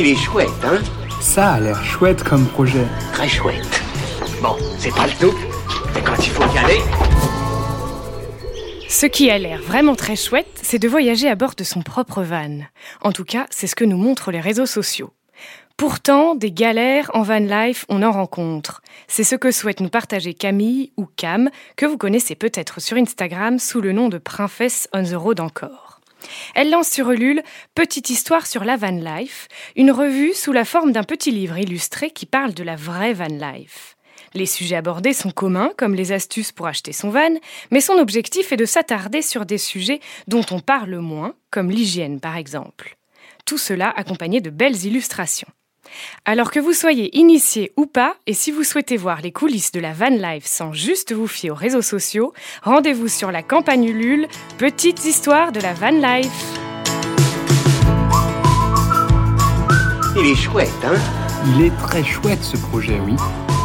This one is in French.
Il est chouette, hein? Ça a l'air chouette comme projet. Très chouette. Bon, c'est pas le tout, mais quand il faut y aller... Ce qui a l'air vraiment très chouette, c'est de voyager à bord de son propre van. En tout cas, c'est ce que nous montrent les réseaux sociaux. Pourtant, des galères en van life, on en rencontre. C'est ce que souhaite nous partager Camille, ou Cam, que vous connaissez peut-être sur Instagram sous le nom de Princess on the Road encore. Elle lance sur Ulule « Petite histoire sur la van life », une revue sous la forme d'un petit livre illustré qui parle de la vraie van life. Les sujets abordés sont communs, comme les astuces pour acheter son van, mais son objectif est de s'attarder sur des sujets dont on parle moins, comme l'hygiène par exemple. Tout cela accompagné de belles illustrations. Alors que vous soyez initié ou pas, et si vous souhaitez voir les coulisses de la van life sans juste vous fier aux réseaux sociaux, rendez-vous sur la campagne Ulule « Petites histoires de la van life ». Il est chouette, hein? Il est très chouette ce projet, oui.